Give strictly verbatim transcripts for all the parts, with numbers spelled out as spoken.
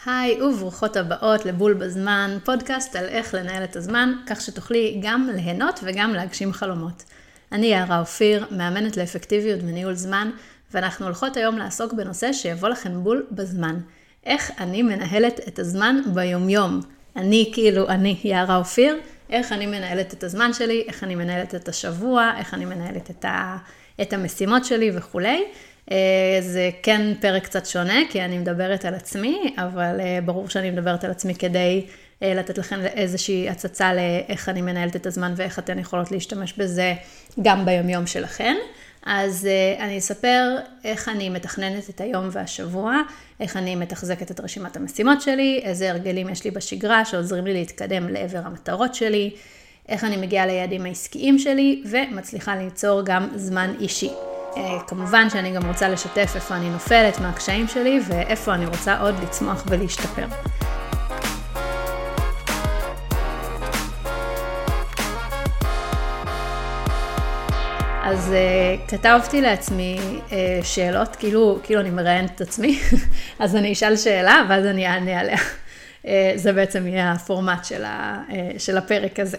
היי וברוכות הבאות לבול בזמן, פודקאסט על איך לנהל את הזמן, כך שתוכלי גם ליהנות וגם להגשים חלומות. אני יערה אופיר, מאמנת לאפקטיביות וניהול זמן, ואנחנו הולכות היום לעסוק בנושא שיבוא לכם בול בזמן. איך אני מנהלת את הזמן ביומיום? אני כאילו, אני יערה אופיר, איך אני מנהלת את הזמן שלי, איך אני מנהלת את השבוע, איך אני מנהלת את, ה, את המשימות שלי וכולי. זה כן פרק קצת שונה, כי אני מדברת על עצמי, אבל ברור שאני מדברת על עצמי כדי לתת לכם איזושהי הצצה לאיך אני מנהלת את הזמן, ואיך אתן יכולות להשתמש בזה גם ביומיום שלכם. אז אני אספר איך אני מתכננת את היום והשבוע, איך אני מתחזקת את רשימת המשימות שלי, איזה הרגלים יש לי בשגרה שעוזרים לי להתקדם לעבר המטרות שלי, איך אני מגיעה ליעדים העסקיים שלי, ומצליחה ליצור גם זמן אישי. כמובן שאני גם רוצה לשתף איפה אני נופלת מהקשיים שלי, ואיפה אני רוצה עוד לצמוח ולהשתפר. אז uh, כתבתי לעצמי uh, שאלות, כאילו, כאילו אני מראיינת את עצמי, אז אני אשאל שאלה ואז אני אענה עליה. Uh, זה בעצם יהיה הפורמט של, ה, uh, של הפרק הזה.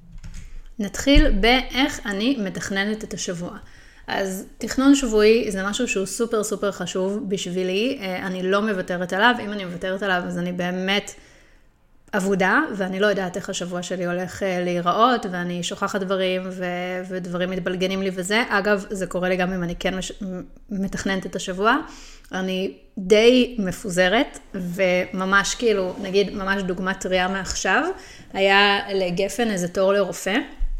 נתחיל באיך אני מתכננת את השבוע. אז תכנון שבועי זה משהו שהוא סופר סופר חשוב בשבילי, אני לא מוותרת עליו, אם אני מוותרת עליו אז אני באמת עבודה, ואני לא יודעת איך השבוע שלי הולך להיראות, ואני שוכחת דברים, ו- ודברים מתבלגנים לי וזה. אגב, זה קורה לי גם אם אני כן מש- מתכננת את השבוע. אני די מפוזרת, וממש כאילו, נגיד ממש דוגמה טריה מעכשיו, היה לגפן איזה תור לרופא,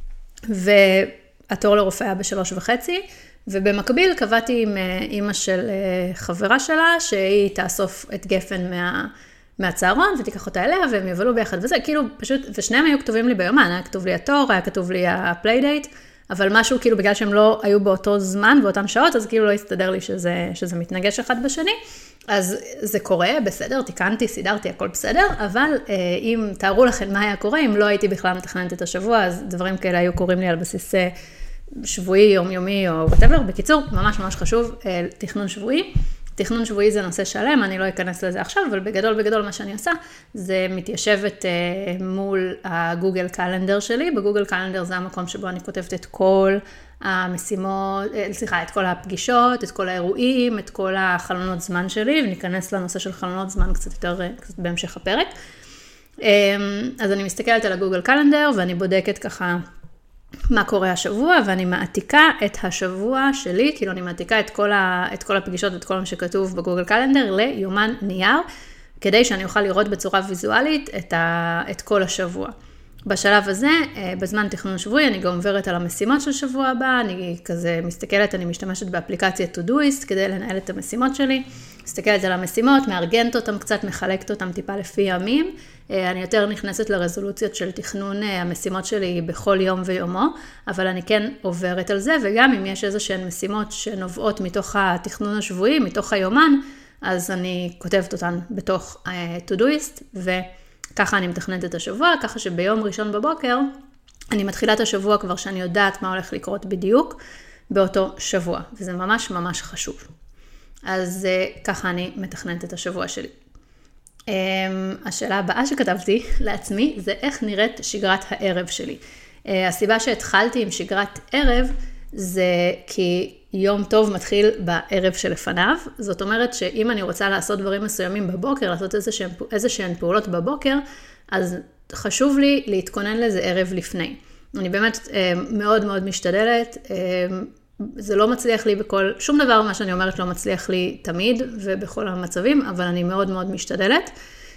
והתור לרופא היה בשלוש וחצי, ובמקביל קבעתי עם אמא של חברה שלה, שהיא תאסוף את גפן מה... מהצהרון, ותיקח אותה אליה, והם יבלו ביחד, וזה כאילו פשוט, ושניהם היו כתובים לי ביומן, היה כתוב לי התור, היה כתוב לי הפליידייט, אבל משהו כאילו בגלל שהם לא היו באותו זמן, באותן שעות, אז כאילו לא הסתדר לי שזה, שזה מתנגש אחד בשני, אז זה קורה, בסדר, תיקנתי, סידרתי, הכל בסדר, אבל אם תארו לכם מה היה קורה, אם לא הייתי בכלל מתכננת את השבוע, אז דברים כאלה היו קורים לי על בסיס שבועי, יומיומי או whatever. בקיצור, ממש ממש חשוב, תכנון שבועי. תכנון שבועי זה נושא שלם, אני לא אכנס לזה עכשיו, אבל בגדול בגדול מה שאני עושה, זה מתיישבת מול הגוגל קלנדר שלי. בגוגל קלנדר זה המקום שבו אני כותבת את כל המשימות, סליחה, את כל הפגישות, את כל האירועים, את כל החלונות זמן שלי, וניכנס לנושא של חלונות זמן קצת יותר, קצת בהמשך הפרק. אז אני מסתכלת על הגוגל קלנדר, ואני בודקת ככה, מה קורה השבוע, ואני מעתיקה את השבוע שלי, כאילו אני מעתיקה את כל, ה, את כל הפגישות ואת כל מה שכתוב בגוגל קלנדר ליומן נייר, כדי שאני אוכל לראות בצורה ויזואלית את, ה, את כל השבוע. בשלב הזה, בזמן תכנון שבועי, אני גם עוברת על המשימות של שבוע הבא, אני כזה מסתכלת, אני משתמשת באפליקציית Todoist כדי לנהל את המשימות שלי, מסתכלת על המשימות, מארגנת אותם קצת, מחלקת אותם טיפה לפי ימים, אני יותר נכנסת לרזולוציות של תכנון המשימות שלי בכל יום ויומו, אבל אני כן עוברת על זה, וגם אם יש איזושהי משימות שנובעות מתוך התכנון השבועי, מתוך היומן, אז אני כותבת אותן בתוך Todoist, וככה אני מתכננת את השבוע, ככה שביום ראשון בבוקר, אני מתחילה את השבוע כבר שאני יודעת מה הולך לקרות בדיוק באותו שבוע, וזה ממש ממש חשוב. אז ככה אני מתכננת את השבוע שלי. השאלה הבאה שכתבתי לעצמי זה איך נראית שגרת הערב שלי. הסיבה שהתחלתי עם שגרת ערב זה כי יום טוב מתחיל בערב שלפניו. זאת אומרת שאם אני רוצה לעשות דברים מסוימים בבוקר, לעשות איזשהן, איזשהן פעולות בבוקר, אז חשוב לי להתכונן לזה ערב לפני. אני באמת מאוד מאוד משתדלת. זה לא מצליח לי בכל, שום דבר מה שאני אומרת לא מצליח לי תמיד ובכל המצבים, אבל אני מאוד מאוד משתדלת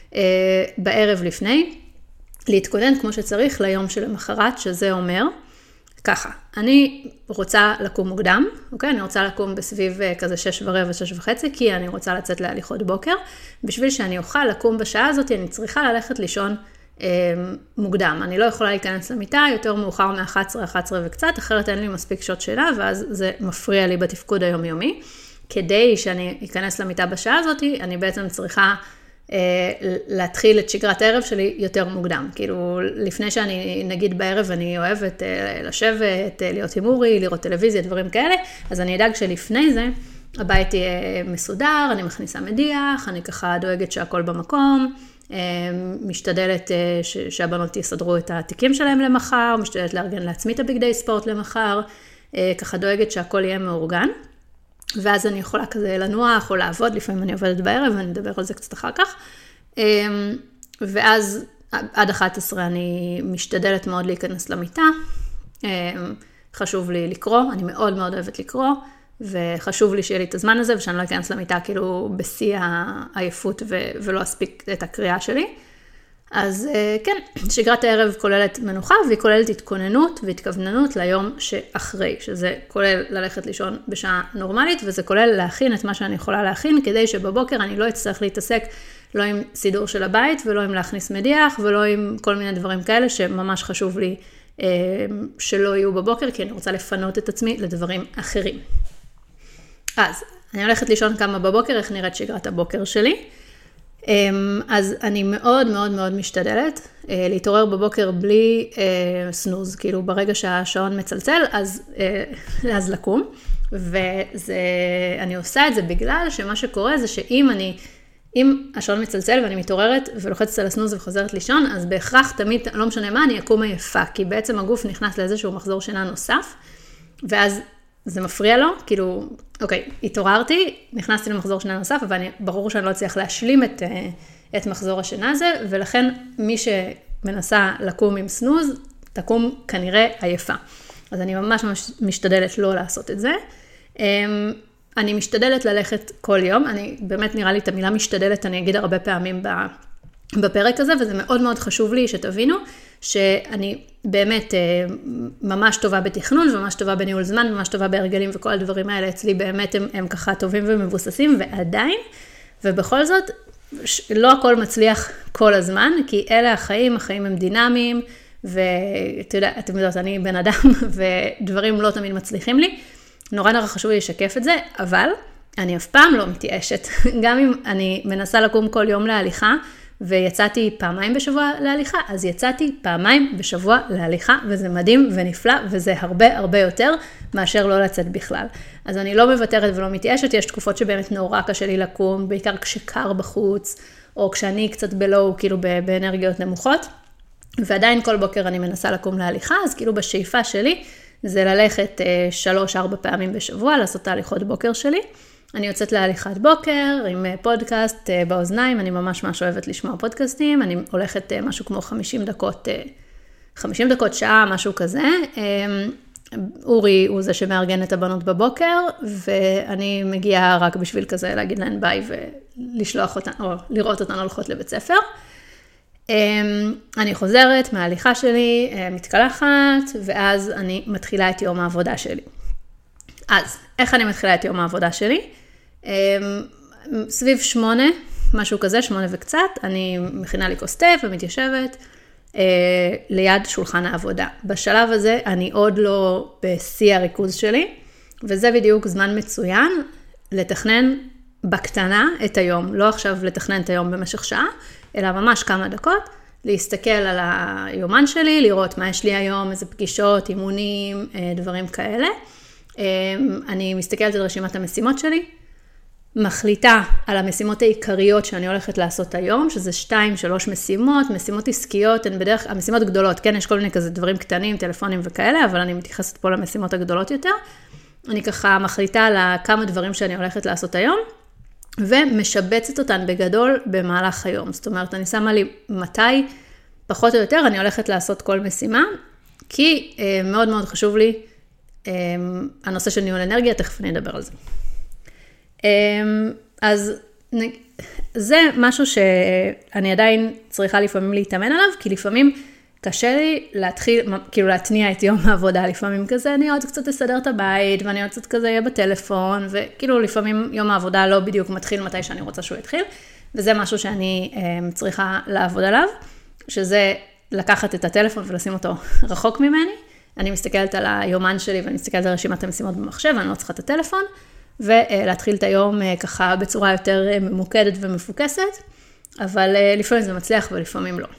בערב לפני, להתכונן כמו שצריך ליום שלמחרת, שזה אומר ככה, אני רוצה לקום מוקדם, אוקיי? אני רוצה לקום בסביב כזה שש ורבע, שש וחצי, כי אני רוצה לצאת להליכות בוקר. בשביל שאני אוכל לקום בשעה הזאת, אני צריכה ללכת לישון מוקדם. אני לא יכולה להיכנס למיטה יותר מאוחר מ-אחת עשרה, אחת עשרה וקצת, אחרת אין לי מספיק שעות שינה, ואז זה מפריע לי בתפקוד היומיומי. כדי שאני אכנס למיטה בשעה הזאת, אני בעצם צריכה אה, להתחיל את שגרת הערב שלי יותר מוקדם. כאילו, לפני שאני, נגיד בערב, אני אוהבת אה, לשבת, אה, להיות עם אורי, לראות טלוויזיה, דברים כאלה, אז אני אדאג שלפני זה, הבית יהיה מסודר, אני מכניסה מדיח, אני ככה דואגת שהכל במקום, משתדלת שהבנות יסדרו את התיקים שלהם למחר, משתדלת לארגן לעצמי את הבגדי ספורט למחר, ככה דואגת שהכל יהיה מאורגן, ואז אני יכולה כזה לנוח או לעבוד, לפעמים אני עובדת בערב, ואני אדבר על זה קצת אחר כך, ואז עד אחת עשרה אני משתדלת מאוד להיכנס למיטה, חשוב לי לקרוא, אני מאוד מאוד אוהבת לקרוא, וחשוב לי שיהיה לי את הזמן הזה, ושאני לא אכנס למיטה כאילו בשיא העייפות ולא אספיק את הקריאה שלי. אז כן, שגרת הערב כוללת מנוחה, והיא כוללת התכוננות והתכווננות ליום שאחרי, שזה כולל ללכת לישון בשעה נורמלית, וזה כולל להכין את מה שאני יכולה להכין, כדי שבבוקר אני לא אצטרך להתעסק לא עם סידור של הבית, ולא עם להכניס מדיח, ולא עם כל מיני דברים כאלה, שממש חשוב לי שלא יהיו בבוקר, כי אני רוצה לפנות את עצמי לדברים אחרים. אז אני הולכת לישון כמה בבוקר, איך נראית שגרת הבוקר שלי. אז אני מאוד מאוד מאוד משתדלת להתעורר בבוקר בלי סנוז, כאילו ברגע שהשעון מצלצל, אז, אז לקום. ואני עושה את זה בגלל שמה שקורה זה שאם אני, אם השעון מצלצל ואני מתעוררת ולוחצת על הסנוז וחוזרת לישון, אז בהכרח תמיד, לא משנה מה, אני אקום עייפה, כי בעצם הגוף נכנס לאיזשהו מחזור שינה נוסף, ואז זה מפריע לו, כאילו, אוקיי, התעוררתי, נכנסתי למחזור שינה נוסף, אבל אני, ברור שאני לא אצליח להשלים את, את מחזור השינה הזה, ולכן מי שמנסה לקום עם סנוז, תקום כנראה עייפה. אז אני ממש ממש משתדלת לא לעשות את זה. אני משתדלת ללכת כל יום, אני באמת נראה לי את המילה משתדלת, אני אגיד הרבה פעמים בפרק הזה, וזה מאוד מאוד חשוב לי שתבינו, שאני באמת ממש טובה בתכנון, וממש טובה בניהול זמן, וממש טובה בהרגלים, וכל הדברים האלה אצלי באמת הם, הם ככה טובים ומבוססים, ועדיין, ובכל זאת, לא הכל מצליח כל הזמן, כי אלה החיים, החיים הם דינמיים, ואתה יודע, אתם יודעות, אני בן אדם, ודברים לא תמיד מצליחים לי, נורא נורא חשוב לי לשקף את זה, אבל אני אף פעם לא מתייאשת, גם אם אני מנסה לקום כל יום להליכה, ויצאתי פעמיים בשבוע להליכה, אז יצאתי פעמיים בשבוע להליכה, וזה מדהים ונפלא, וזה הרבה הרבה יותר מאשר לא לצאת בכלל. אז אני לא מוותרת ולא מתייאשת, יש תקופות שבאמת נורא קשה לי לקום, בעיקר כשקר בחוץ, או כשאני קצת בלואו, כאילו באנרגיות נמוכות, ועדיין כל בוקר אני מנסה לקום להליכה, אז כאילו בשאיפה שלי, זה ללכת שלוש, ארבע פעמים בשבוע, לעשות תהליכות בוקר שלי. אני יוצאת להליכת בוקר עם פודקאסט באוזניים, אני ממש ממש אוהבת לשמוע פודקאסטים, אני הולכת משהו כמו חמישים דקות, חמישים דקות שעה, משהו כזה. אורי הוא זה שמארגן את הבנות בבוקר, ואני מגיעה רק בשביל כזה להגיד להן ביי ולשלוח אותן, או לראות אותן הולכות לבית ספר. אני חוזרת מההליכה שלי, מתקלחת, ואז אני מתחילה את יום העבודה שלי. אז, איך אני מתחילה את יום העבודה שלי? סביב שמונה, משהו כזה, שמונה וקצת, אני מכינה לי כוס תה ומתיישבת ליד שולחן העבודה. בשלב הזה אני עוד לא בשיא הריכוז שלי, וזה בדיוק זמן מצוין לתכנן בקטנה את היום, לא עכשיו לתכנן את היום במשך שעה, אלא ממש כמה דקות, להסתכל על היומן שלי, לראות מה יש לי היום, איזה פגישות, אימונים, דברים כאלה. אני מסתכלת על רשימת המשימות שלי, מחליטה על המשימות העיקריות שאני הולכת לעשות היום, שזה שתיים, שלוש משימות, משימות עסקיות, הן בדרך, המשימות גדולות, כן, יש כל מיני כזה דברים קטנים, טלפונים וכאלה, אבל אני מתייחסת פה למשימות הגדולות יותר. אני ככה מחליטה על כמה דברים שאני הולכת לעשות היום, ומשבצת אותן בגדול במהלך היום. זאת אומרת, אני שמה לי מתי, פחות או יותר, אני הולכת לעשות כל משימה, כי מאוד מאוד חשוב לי, הנושא של ניהול אנרגיה, תכף אני אדבר על זה. אז זה משהו שאני עדיין צריכה לפעמים להתאמן עליו, כי לפעמים קשה לי להתחיל, כאילו להתניע את יום העבודה, לפעמים כזה, אני עוד קצת אסדר את הבית, ואני עוד קצת כזה אהיה בטלפון, וכאילו לפעמים יום העבודה לא בדיוק מתחיל מתי שאני רוצה שהוא יתחיל, וזה משהו שאני צריכה לעבוד עליו, שזה לקחת את הטלפון ולשים אותו רחוק ממני, אני מסתכלת על היומן שלי, ואני מסתכלת על רשימת המשימות במחשב, אני לא צריכה את הטלפון, ולהתחיל את היום ככה בצורה יותר ממוקדת ומפוקסת, אבל לפעמים זה מצליח ולפעמים לא.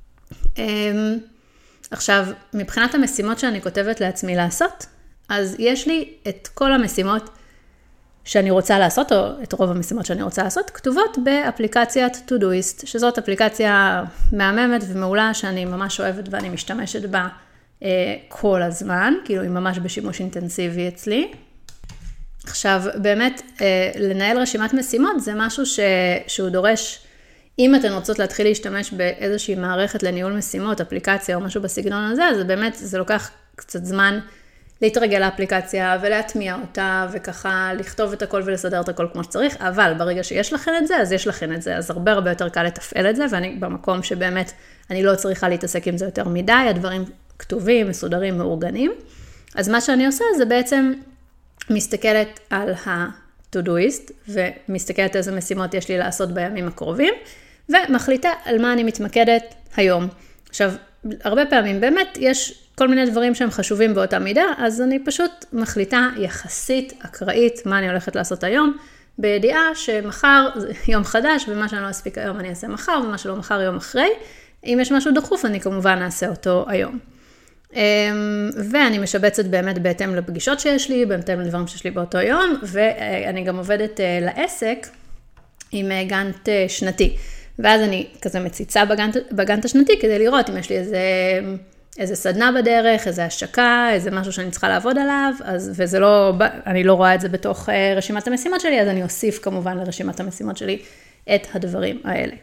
עכשיו, מבחינת המשימות שאני כותבת לעצמי לעשות, אז יש לי את כל המשימות שאני רוצה לעשות, או את רוב המשימות שאני רוצה לעשות, כתובות באפליקציית Todoist, שזאת אפליקציה מהממת ומעולה, שאני ממש אוהבת ואני משתמשת בה אה, כל הזמן, כאילו היא ממש בשימוש אינטנסיבי אצלי. עכשיו, באמת, אה, לנהל רשימת משימות זה משהו ש, שהוא דורש, אם אתן רוצות להתחיל להשתמש באיזושהי מערכת לניהול משימות, אפליקציה או משהו בסגנון הזה, אז באמת זה לוקח קצת זמן להתרגל לאפליקציה ולהטמיע אותה, וככה לכתוב את הכל ולסדר את הכל כמו שצריך, אבל ברגע שיש לכן את זה, אז יש לכן את זה, אז הרבה הרבה יותר קל לתפעל את זה, ואני במקום שבאמת אני לא צריכה להתעסק עם זה יותר מדי, הדברים כתובים, מסודרים, מאורגנים. אז מה שאני עושה זה בעצם מסתכלת על ה-Todoist, ומסתכלת איזה משימות יש לי לעשות בימים הקרובים, ומחליטה על מה אני מתמקדת היום. עכשיו, הרבה פעמים באמת יש כל מיני דברים שהם חשובים באותה מידה, אז אני פשוט מחליטה יחסית אקראית מה אני הולכת לעשות היום, בידיעה שמחר יום חדש, ומה שאני לא אספיק היום אני אעשה מחר, ומה שלא מחר יום אחרי. אם יש משהו דחוף, אני כמובן אעשה אותו היום. ואני משבצת באמת בהתאם לפגישות שיש לי, בהתאם לדברים שיש לי באותו יום, ואני גם עובדת לעסק עם גאנט שנתי. ואז אני כזה מציצה בגאנט, בגאנט השנתי כדי לראות אם יש לי איזה, איזה סדנה בדרך, איזה השקה, איזה משהו שאני צריכה לעבוד עליו, אז, וזה לא, אני לא רואה את זה בתוך רשימת המשימות שלי, אז אני אוסיף כמובן לרשימת המשימות שלי את הדברים האלה.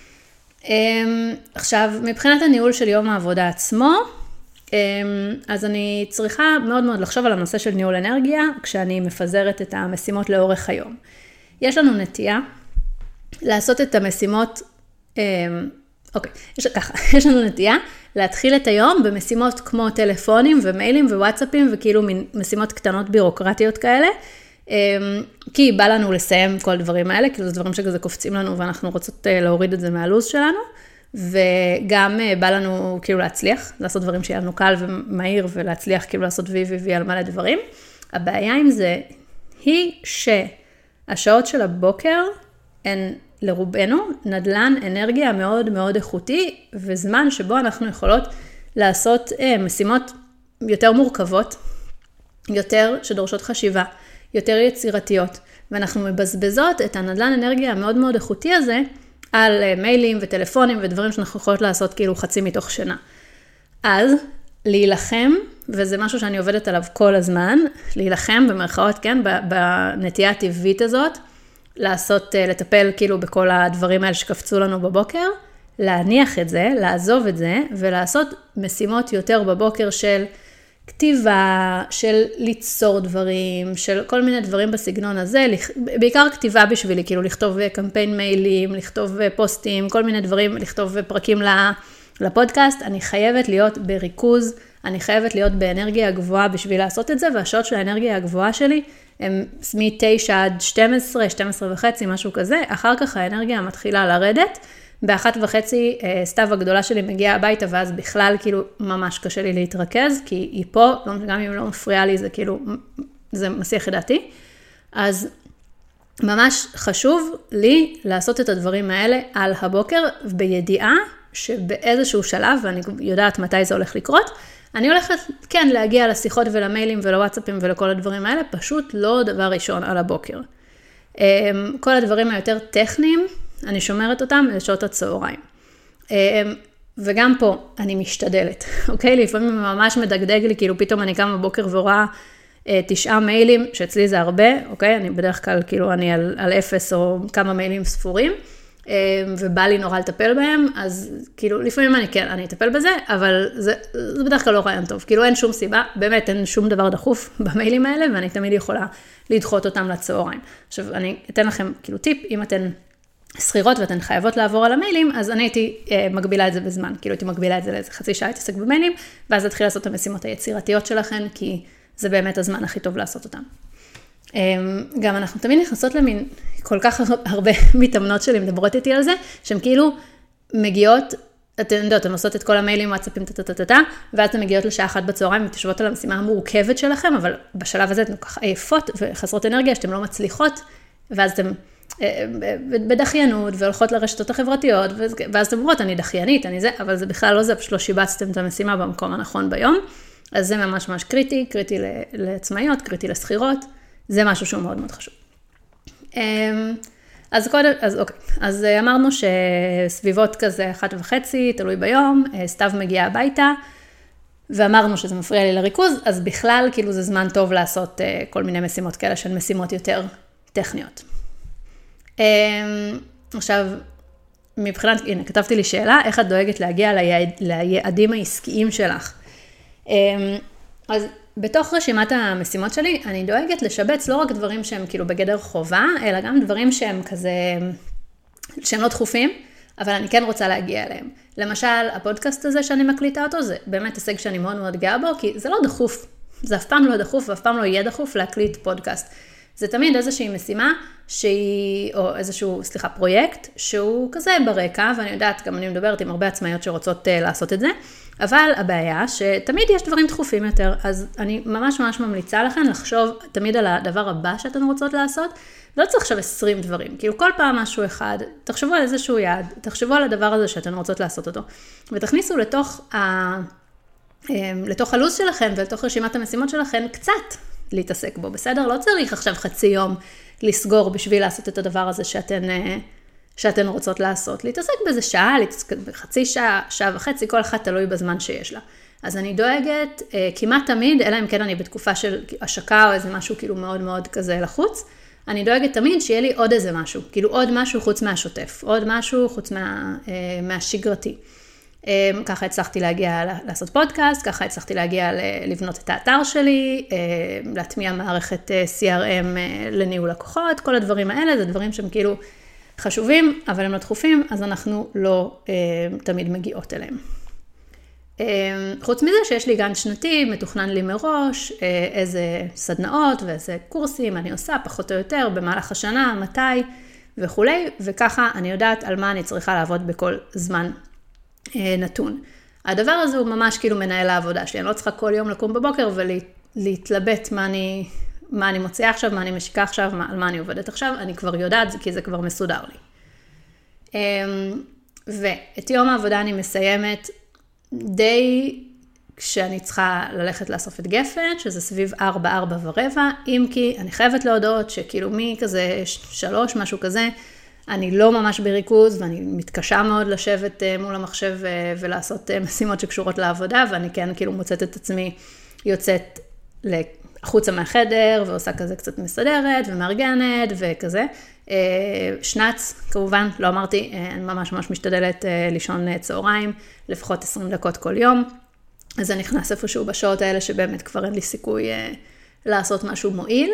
עכשיו, מבחינת הניהול של יום העבודה עצמו, אז אני צריכה מאוד מאוד לחשוב על הנושא של ניהול אנרגיה, כשאני מפזרת את המשימות לאורך היום. יש לנו נטייה לעשות את המשימות, אוקיי, יש, ככה, יש לנו נטייה להתחיל את היום במשימות כמו טלפונים ומיילים ווואטסאפים, וכאילו משימות קטנות בירוקרטיות כאלה, כי בא לנו לסיים כל הדברים האלה, כאילו זה דברים שכזה קופצים לנו ואנחנו רוצות להוריד את זה מהלוז שלנו, וגם בא לנו כאילו להצליח, לעשות דברים שיהיה לנו קל ומהיר, ולהצליח כאילו לעשות וי וי וי על מלא דברים. הבעיה עם זה היא שהשעות של הבוקר הן לרובנו נדלן אנרגיה מאוד מאוד איכותי, וזמן שבו אנחנו יכולות לעשות אה, משימות יותר מורכבות, יותר שדורשות חשיבה, יותר יצירתיות, ואנחנו מבזבזות את הנדלן אנרגיה המאוד מאוד איכותי הזה, על מיילים וטלפונים ודברים שאנחנו יכולות לעשות כאילו חצי מתוך שנה. אז להילחם, וזה משהו שאני עובדת עליו כל הזמן, להילחם במרכאות, כן, בנטייה הטבעית הזאת, לעשות, לטפל כאילו בכל הדברים האלה שקפצו לנו בבוקר, להניח את זה, לעזוב את זה, ולעשות משימות יותר בבוקר של כתיבה, של ליצור דברים, של כל מיני דברים בסגנון הזה, בעיקר כתיבה בשבילי, כאילו לכתוב קמפיין מיילים, לכתוב פוסטים, כל מיני דברים, לכתוב פרקים לפודקאסט. אני חייבת להיות בריכוז, אני חייבת להיות באנרגיה הגבוהה בשביל לעשות את זה, והשעות של האנרגיה הגבוהה שלי הם מ-תשע עד שתים עשרה, שתים עשרה וחצי, משהו כזה. אחר כך האנרגיה מתחילה לרדת, באחת וחצי סתיו הגדולה שלי מגיעה הביתה, ואז בכלל כאילו ממש קשה לי להתרכז, כי היא פה, גם אם לא מפריעה לי, זה כאילו, זה מסיח את דעתי. אז ממש חשוב לי לעשות את הדברים האלה על הבוקר, בידיעה שבאיזשהו שלב, ואני יודעת מתי זה הולך לקרות, אני הולכת, כן, להגיע לשיחות ולמיילים ולוואטסאפים ולכל הדברים האלה, פשוט לא דבר ראשון על הבוקר. כל הדברים היותר טכניים, אני שומרת אותם לשעות הצהריים. וגם פה אני משתדלת, אוקיי? לפעמים ממש מדגדג לי, כאילו פתאום אני קמה בבוקר ורואה תשעה מיילים, שאצלי זה הרבה, אוקיי? אני בדרך כלל, כאילו אני על, על אפס או כמה מיילים ספורים, ובא לי נורא לטפל בהם, אז כאילו לפעמים אני כן, אני אטפל בזה, אבל זה, זה בדרך כלל לא רעיון טוב. כאילו אין שום סיבה, באמת אין שום דבר דחוף במיילים האלה, ואני תמיד יכולה לדחות אותם לצהריים. עכשיו, אני אתן לכם כאילו טיפ, אם אתן שכירות ואתן חייבות לעבור על המיילים, אז אני הייתי אה, מגבילה את זה בזמן, כאילו הייתי מגבילה את זה לאיזה חצי שעה, התעסק במיילים, ואז להתחיל לעשות את המשימות היצירתיות שלכן, כי זה באמת הזמן הכי טוב לעשות אותם. אה, גם אנחנו תמיד נכנסות למין, כל כך הרבה מתאמנות שלי מדברות איתי על זה, שהן כאילו מגיעות, אתן יודעות, אתן עושות את כל המיילים, וואטסאפים, טטטטטה, ואז אתן מגיעות לשעה אחת בצהריים, ותשבות על המשימה המורכבת שלכם, אבל בשלב הזה אתן כל כך עייפות וחסרות אנרגיה, שאתן לא מצליחות, ואז אתן בדחיינות, והולכות לרשתות החברתיות, ואז אתם אומרות, אני דחיינית, אני זה, אבל זה בכלל לא זה, פשוט לא שיבצתם את המשימה במקום הנכון ביום, אז זה ממש ממש קריטי, קריטי לעצמאיות, קריטי לסחירות, זה משהו שהוא מאוד מאוד חשוב. אז קודם, אז אוקיי, אז אמרנו שסביבות כזה אחת וחצי, תלוי ביום, סתיו מגיעה הביתה, ואמרנו שזה מפריע לי לריכוז, אז בכלל כאילו זה זמן טוב לעשות כל מיני משימות כאלה שהן משימות יותר טכניות. עכשיו, מבחינת, הנה, כתבתי לי שאלה, איך את דואגת להגיע ליעד, ליעדים העסקיים שלך? אז בתוך רשימת המשימות שלי, אני דואגת לשבץ לא רק דברים שהם כאילו בגדר חובה, אלא גם דברים שהם כזה, שהם לא דחופים, אבל אני כן רוצה להגיע אליהם. למשל, הפודקאסט הזה שאני מקליטה אותו, זה באמת הישג שאני מאוד מאוד גאה בו, כי זה לא דחוף, זה אף פעם לא דחוף, ואף פעם לא יהיה דחוף להקליט פודקאסט. זה תמיד איזושהי משימה, שהיא, או איזשהו, סליחה, פרויקט, שהוא כזה ברקע, ואני יודעת, גם אני מדברת עם הרבה עצמאיות שרוצות uh, לעשות את זה, אבל הבעיה שתמיד יש דברים דחופים יותר, אז אני ממש ממש ממליצה לכם לחשוב תמיד על הדבר הבא שאתן רוצות לעשות, ולא צריך עכשיו עשרים דברים, כאילו כל פעם משהו אחד, תחשבו על איזשהו יעד, תחשבו על הדבר הזה שאתן רוצות לעשות אותו, ותכניסו לתוך, ה, לתוך הלו"ז שלכם ולתוך רשימת המשימות שלכם קצת להתעסק בו, בסדר? לא צריך עכשיו חצי יום לסגור בשביל לעשות את הדבר הזה שאתן, שאתן רוצות לעשות. להתעסק בזה שעה, להתעסק בחצי שעה, שעה וחצי, כל אחד תלוי בזמן שיש לה. אז אני דואגת כמעט תמיד, אלא אם כן אני בתקופה של השקה או איזה משהו כאילו מאוד מאוד כזה לחוץ, אני דואגת תמיד שיהיה לי עוד איזה משהו, כאילו עוד משהו חוץ מהשוטף, עוד משהו חוץ מה, מהשגרתי. ככה הצלחתי להגיע לעשות פודקאסט, ככה הצלחתי להגיע לבנות את האתר שלי, להטמיע מערכת סי אר אם לניהול לקוחות, כל הדברים האלה, זה דברים שהם כאילו חשובים, אבל הם לא דחופים, אז אנחנו לא תמיד מגיעות אליהם. חוץ מזה שיש לי גן שנתי, מתוכנן לי מראש, איזה סדנאות ואיזה קורסים אני עושה, פחות או יותר, במהלך השנה, מתי וכולי, וככה אני יודעת על מה אני צריכה לעבוד בכל זמן נתון. הדבר הזה הוא ממש כאילו מנהל העבודה שלי, אני לא צריכה כל יום לקום בבוקר ולהתלבט מה אני, מה אני מוציאה עכשיו, מה אני משיקה עכשיו, על מה אני עובדת עכשיו, אני כבר יודעת כי זה כבר מסודר לי. ואת יום העבודה אני מסיימת די כשאני צריכה ללכת לאסוף את גפן, שזה סביב ארבע, ארבע ורבע, אם כי אני חייבת להודות שכאילו מי כזה שלוש, משהו כזה, אני לא ממש בריכוז, ואני מתקשה מאוד לשבת מול המחשב ולעשות משימות שקשורות לעבודה, ואני כן כאילו מוצאת את עצמי יוצאת החוצה מהחדר, ועושה כזה קצת מסדרת ומארגנת וכזה. שנץ, כמובן, לא אמרתי, אני ממש ממש משתדלת לישון צהריים, לפחות עשרים דקות כל יום, אז אני נכנס איפשהו בשעות האלה שבאמת כבר אין לי סיכוי לעשות משהו מועיל.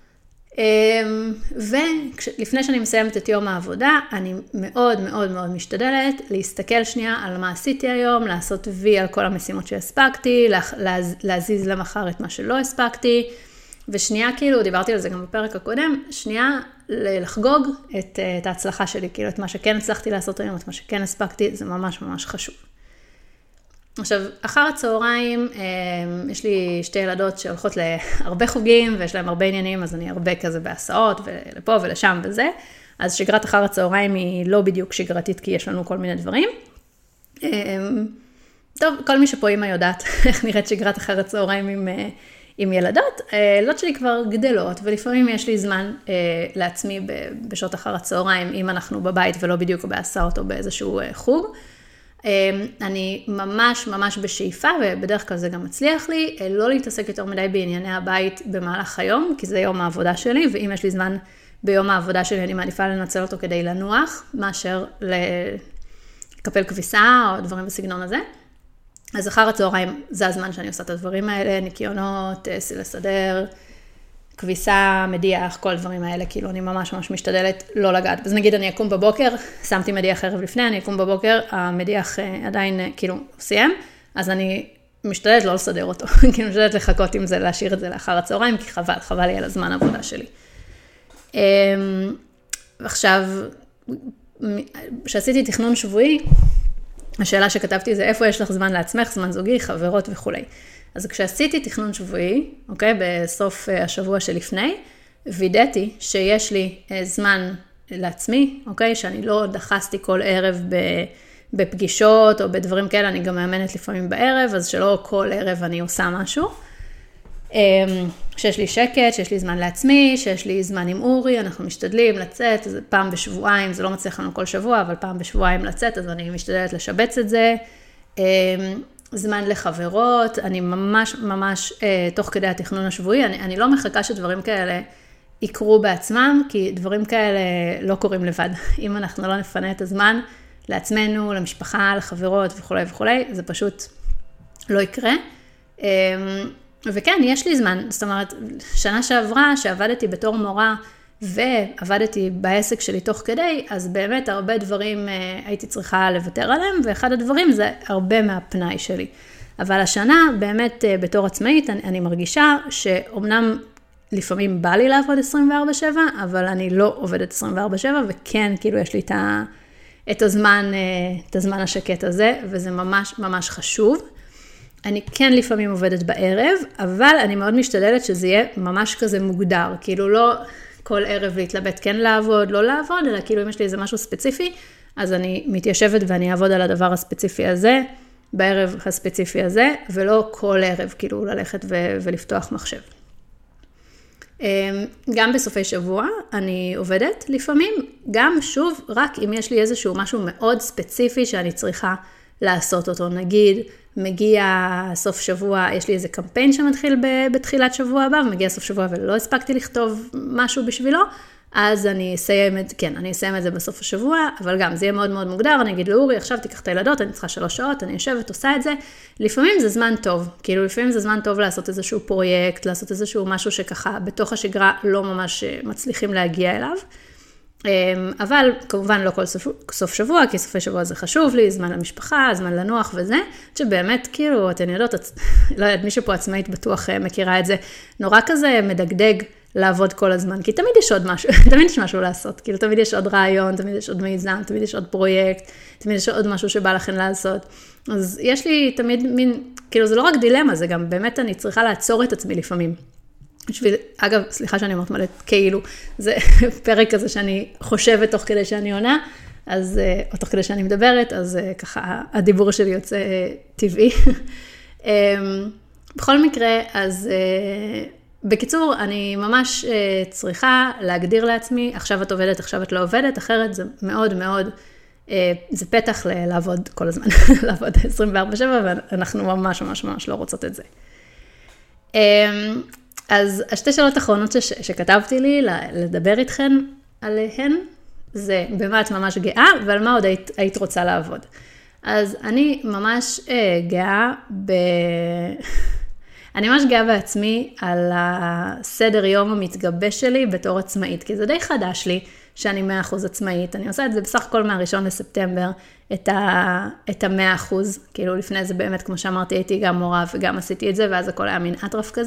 ולפני שאני מסיימת את יום העבודה, אני מאוד מאוד מאוד משתדלת להסתכל שנייה על מה עשיתי היום, לעשות וי על כל המשימות שהספקתי, להזיז למחר את מה שלא הספקתי, ושנייה כאילו, דיברתי על זה גם בפרק הקודם, שנייה לחגוג את, את ההצלחה שלי, כאילו את מה שכן הצלחתי לעשות היום, את מה שכן הספקתי, זה ממש ממש חשוב. עכשיו, אחר הצהריים, יש לי שתי ילדות שהולכות להרבה חוגים, ויש להם הרבה עניינים, אז אני הרבה כזה בהסעות, ולפה ולשם וזה. אז שגרת אחר הצהריים היא לא בדיוק שגרתית, כי יש לנו כל מיני דברים. טוב, כל מי שפה אימא יודעת איך נראית שגרת אחר הצהריים עם, עם ילדות. ילדות שלי כבר גדלות, ולפעמים יש לי זמן לעצמי בשעות אחר הצהריים, אם אנחנו בבית ולא בדיוק בהסעות או באיזשהו חוג. אני ממש ממש בשאיפה, ובדרך כלל זה גם מצליח לי, לא להתעסק יותר מדי בענייני הבית במהלך היום, כי זה יום העבודה שלי, ואם יש לי זמן ביום העבודה שלי, אני מעדיפה לנצל אותו כדי לנוח, מאשר לקפל כביסה או דברים בסגנון הזה. אז אחר הצהריים זה הזמן שאני עושה את הדברים האלה, ניקיונות, לסדר, כביסה, מדיח, כל הדברים האלה, כאילו אני ממש ממש משתדלת לא לגעת. אז נגיד אני אקום בבוקר, שמתי מדיח ערב לפני, אני אקום בבוקר, המדיח עדיין כאילו סיים, אז אני משתדלת לא לסדר אותו, כאילו משתדלת לחכות עם זה, להשאיר את זה לאחר הצהריים, כי חבל, חבל לי על הזמן העבודה שלי. עכשיו, כשעשיתי תכנון שבועי, השאלה שכתבתי זה איפה יש לך זמן לעצמך, זמן זוגי, חברות וכולי. אז כשעשיתי תכנון שבועי, אוקיי, בסוף השבוע שלפני, וידאתי שיש לי זמן לעצמי, אוקיי, שאני לא דחסתי כל ערב בפגישות או בדברים כאלה, אני גם מאמנת לפעמים בערב, אז שלא כל ערב אני עושה משהו. שיש לי שקט, שיש לי זמן לעצמי, שיש לי זמן עם אורי, אנחנו משתדלים לצאת, אז פעם בשבועיים, זה לא מצליח לנו כל שבוע, אבל פעם בשבועיים לצאת, אז אני משתדלת לשבץ את זה. זמן לחברות, אני ממש ממש, תוך כדי התכנון השבועי, אני, אני לא מחכה שדברים כאלה יקרו בעצמם, כי דברים כאלה לא קורים לבד. אם אנחנו לא נפנה את הזמן לעצמנו, למשפחה, לחברות וכו' וכו', זה פשוט לא יקרה. וכן, יש לי זמן, זאת אומרת, שנה שעברה שעבדתי בתור מורה ועבדתי בעסק שלי תוך כדי, אז באמת הרבה דברים הייתי צריכה לוותר עליהם, ואחד הדברים זה הרבה מהפנאי שלי. אבל השנה באמת בתור עצמאית אני, אני מרגישה שאומנם לפעמים בא לי לעבוד עשרים וארבע שבע, אבל אני לא עובדת עשרים וארבע שבע, וכן, כאילו יש לי את, ה, את, הזמן, את הזמן השקט הזה, וזה ממש ממש חשוב. אני כן לפעמים עובדת בערב, אבל אני מאוד משתדלת שזה יהיה ממש כזה מוגדר, כאילו לא כל ערב להתלבט כן לעבוד, לא לעבוד, אלא כאילו אם יש לי איזה משהו ספציפי, אז אני מתיישבת ואני אעבוד על הדבר הספציפי הזה, בערב הספציפי הזה, ולא כל ערב כאילו ללכת ו- ולפתוח מחשב. גם בסופי שבוע אני עובדת לפעמים, גם שוב, רק אם יש לי איזשהו משהו מאוד ספציפי שאני צריכה לעשות אותו. נגיד, מגיע סוף שבוע, יש לי איזה קמפיין שמתחיל בתחילת שבוע הבא, ומגיע סוף שבוע ולא הספקתי לכתוב משהו בשבילו, אז אני אסיים את, כן, אני אסיים את זה בסוף השבוע, אבל גם זה יהיה מאוד מאוד מוגדר, אני אגיד לאורי, עכשיו תיקח את הילדות, אני צריכה שלוש שעות, אני יושבת, עושה את זה. לפעמים זה זמן טוב, כאילו לפעמים זה זמן טוב לעשות איזשהו פרויקט, לעשות איזשהו משהו שככה בתוך השגרה לא ממש מצליחים להגיע אליו. אבל כמובן לא כל סוף, סוף שבוע, כי סופי שבוע זה חשוב לי, זמן למשפחה, זמן לנוח וזה, שבאמת כאילו, אתן יודעות, לא יודעת, מי שפה עצמאית בטוח מכירה את זה, נורא כזה מדגדג לעבוד כל הזמן, כי תמיד יש עוד משהו, תמיד יש משהו לעשות, כאילו תמיד יש עוד רעיון, תמיד יש עוד מיזם, תמיד יש עוד פרויקט, תמיד יש עוד משהו שבא לכן לעשות. אז יש לי תמיד מין, כאילו זה לא רק דילמה, זה גם באמת אני צריכה לעצור את עצמי לפעמים. בשביל, אגב, סליחה שאני אומרת מלא, כאילו, זה פרק כזה שאני חושבת תוך כדי שאני עונה, אז, או תוך כדי שאני מדברת, אז ככה הדיבור שלי יוצא טבעי. בכל מקרה, אז בקיצור, אני ממש צריכה להגדיר לעצמי, עכשיו את עובדת, עכשיו את לא עובדת, אחרת זה מאוד מאוד, זה פתח לעבוד כל הזמן, לעבוד עשרים וארבע שבע, ואנחנו ממש ממש ממש לא רוצות את זה. אז השתי שאלות האחרונות ש- שכתבתי לי לדבר איתכן עליהן, זה במה את ממש גאה, ועל מה עוד היית, היית רוצה לעבוד. אז אני ממש אה, גאה ב... אני ממש גאה בעצמי על הסדר יום המתגבש שלי בתור עצמאית, כי זה די חדש לי שאני מאה אחוז עצמאית. אני עושה את זה בסך הכל מהראשון לספטמבר, את ה, את ה-מאה אחוז, כאילו לפני זה באמת, כמו שאמרתי, הייתי גם מורה וגם עשיתי את זה, ואז הכל היה מין אטרף כזה.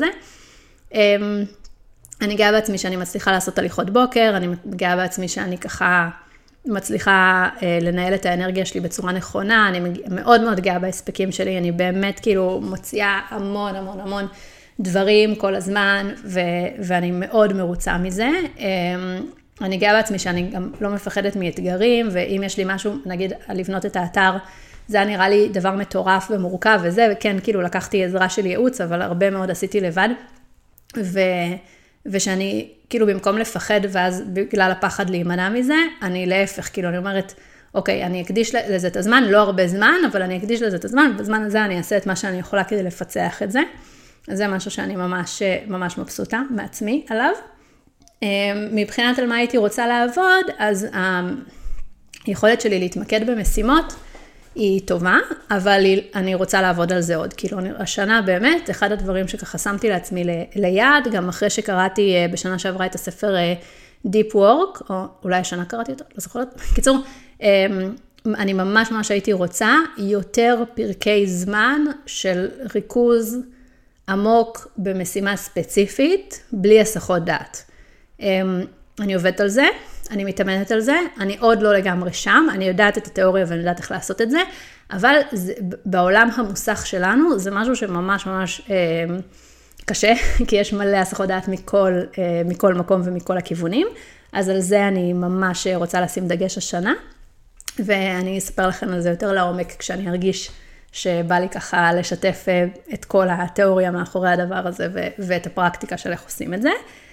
אני גאה בעצמי שאני מצליחה לעשות הליכות בוקר, אני גאה בעצמי שאני ככה מצליחה לנהל את האנרגיה שלי בצורה נכונה, אני מאוד מאוד גאה בהספקים שלי, אני באמת כאילו מוציאה המון המון המון דברים כל הזמן, ו- ואני מאוד מרוצה מזה. אני גאה בעצמי שאני גם לא מפחדת מאתגרים, ואם יש לי משהו, נגיד, לבנות את האתר, זה היה נראה לי דבר מטורף ומורכב וזה, וכן, כאילו לקחתי עזרה של ייעוץ, אבל הרבה מאוד עשיתי לבד. ו... ושאני, כאילו, במקום לפחד, ואז בגלל הפחד להימנע מזה, אני להפך, כאילו, אני אומרת, אוקיי, אני אקדיש לזה את הזמן, לא הרבה זמן, אבל אני אקדיש לזה את הזמן, ובזמן הזה אני אעשה את מה שאני יכולה כדי לפצח את זה. אז זה משהו שאני ממש, ממש מבסוטה מעצמי עליו. מבחינת על מה הייתי רוצה לעבוד, אז היכולת שלי להתמקד במשימות היא טובה, אבל אני רוצה לעבוד על זה עוד. כאילו, השנה באמת, אחד הדברים שככה שמתי לעצמי ליד, גם אחרי שקראתי בשנה שעברה את הספר Deep Work, או אולי השנה קראתי אותו, לא זוכרת. קיצור, אני ממש ממש הייתי רוצה יותר פרקי זמן של ריכוז עמוק במשימה ספציפית, בלי הסחות דעת. אני עובדת על זה, אני מתאמנת על זה, אני עוד לא לגמרי שם, אני יודעת את התיאוריה ואני יודעת איך לעשות את זה, אבל זה, בעולם המוסך שלנו זה משהו שממש ממש אה, קשה, כי יש מלא הסחות דעת מכל, אה, מכל מקום ומכל הכיוונים, אז על זה אני ממש רוצה לשים דגש השנה, ואני אספר לכם על זה יותר לעומק כשאני ארגיש שבא לי ככה לשתף את כל התיאוריה מאחורי הדבר הזה, ואת הפרקטיקה של איך עושים את זה.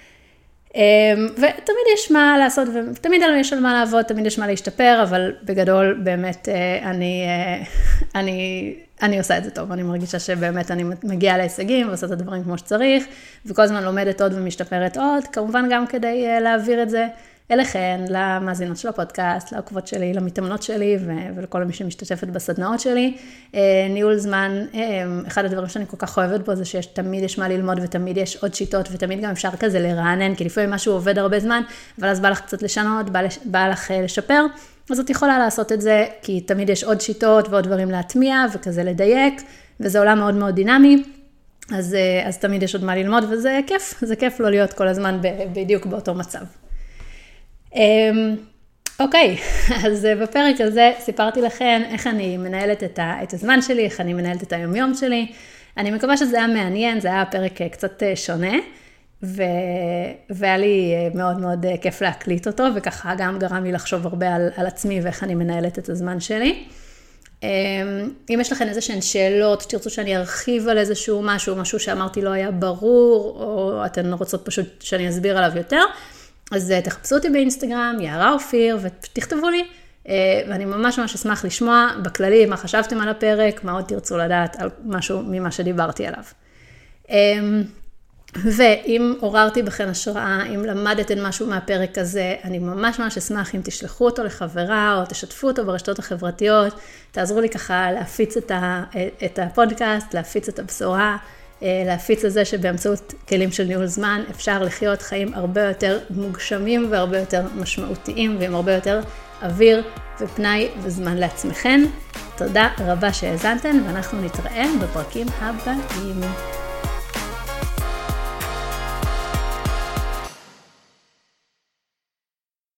ותמיד יש מה לעשות, ותמיד יש על מה לעבוד, תמיד יש מה להשתפר, אבל בגדול באמת אני, אני, אני עושה את זה טוב, אני מרגישה שבאמת אני מגיעה להישגים, ועושה את הדברים כמו שצריך, וכל הזמן לומדת עוד ומשתפרת עוד, כמובן גם כדי להעביר את זה אליכן, למאזינות של הפודקאסט, לעוקבות שלי, למתאמנות שלי, ולכל מי שמשתתפת בסדנאות שלי. ניהול זמן, אחד הדברים שאני כל כך אוהבת בו, זה שיש תמיד יש מה ללמוד, ותמיד יש עוד שיטות, ותמיד גם אפשר כזה לרענן, כי לפעמים משהו עובד הרבה זמן, אבל אז בא לך קצת לשנות, בא, בא לך לשפר, אז את יכולה לעשות את זה, כי תמיד יש עוד שיטות ועוד דברים להטמיע, וכזה לדייק, וזה עולם מאוד מאוד דינמי, אז, אז תמיד יש עוד מה ללמוד, וזה כיף, זה כיף לא להיות כל הזמן בדיוק באותו מצב. אוקיי, אז בפרק הזה סיפרתי לכם איך אני מנהלת את, ה, את הזמן שלי, איך אני מנהלת את היומיום שלי. אני מקווה שזה היה מעניין, זה היה פרק קצת שונה, ו, והיה לי מאוד מאוד כיף להקליט אותו, וככה גם גרם לי לחשוב הרבה על, על עצמי ואיך אני מנהלת את הזמן שלי. אם יש לכם איזשהן שאלות, תרצו שאני ארחיב על איזשהו משהו, משהו שאמרתי לא היה ברור, או אתן רוצות פשוט שאני אסביר עליו יותר, אז תחפשו אותי באינסטגרם, יערה אופיר, ותכתבו לי, ואני ממש ממש אשמח לשמוע בכללי מה חשבתם על הפרק, מה עוד תרצו לדעת על משהו ממה שדיברתי עליו. ואם עוררתי בכן השראה, אם למדתם משהו מהפרק הזה, אני ממש ממש אשמח אם תשלחו אותו לחברה, או תשתפו אותו ברשתות החברתיות, תעזרו לי ככה להפיץ את, ה, את הפודקאסט, להפיץ את הבשורה, להפיץ לזה שבאמצעות כלים של ניהול זמן אפשר לחיות חיים הרבה יותר מוגשמים והרבה יותר משמעותיים ועם הרבה יותר אוויר ופנאי וזמן לעצמכן. תודה רבה שהאזנתן ואנחנו נתראה בפרקים הבאים.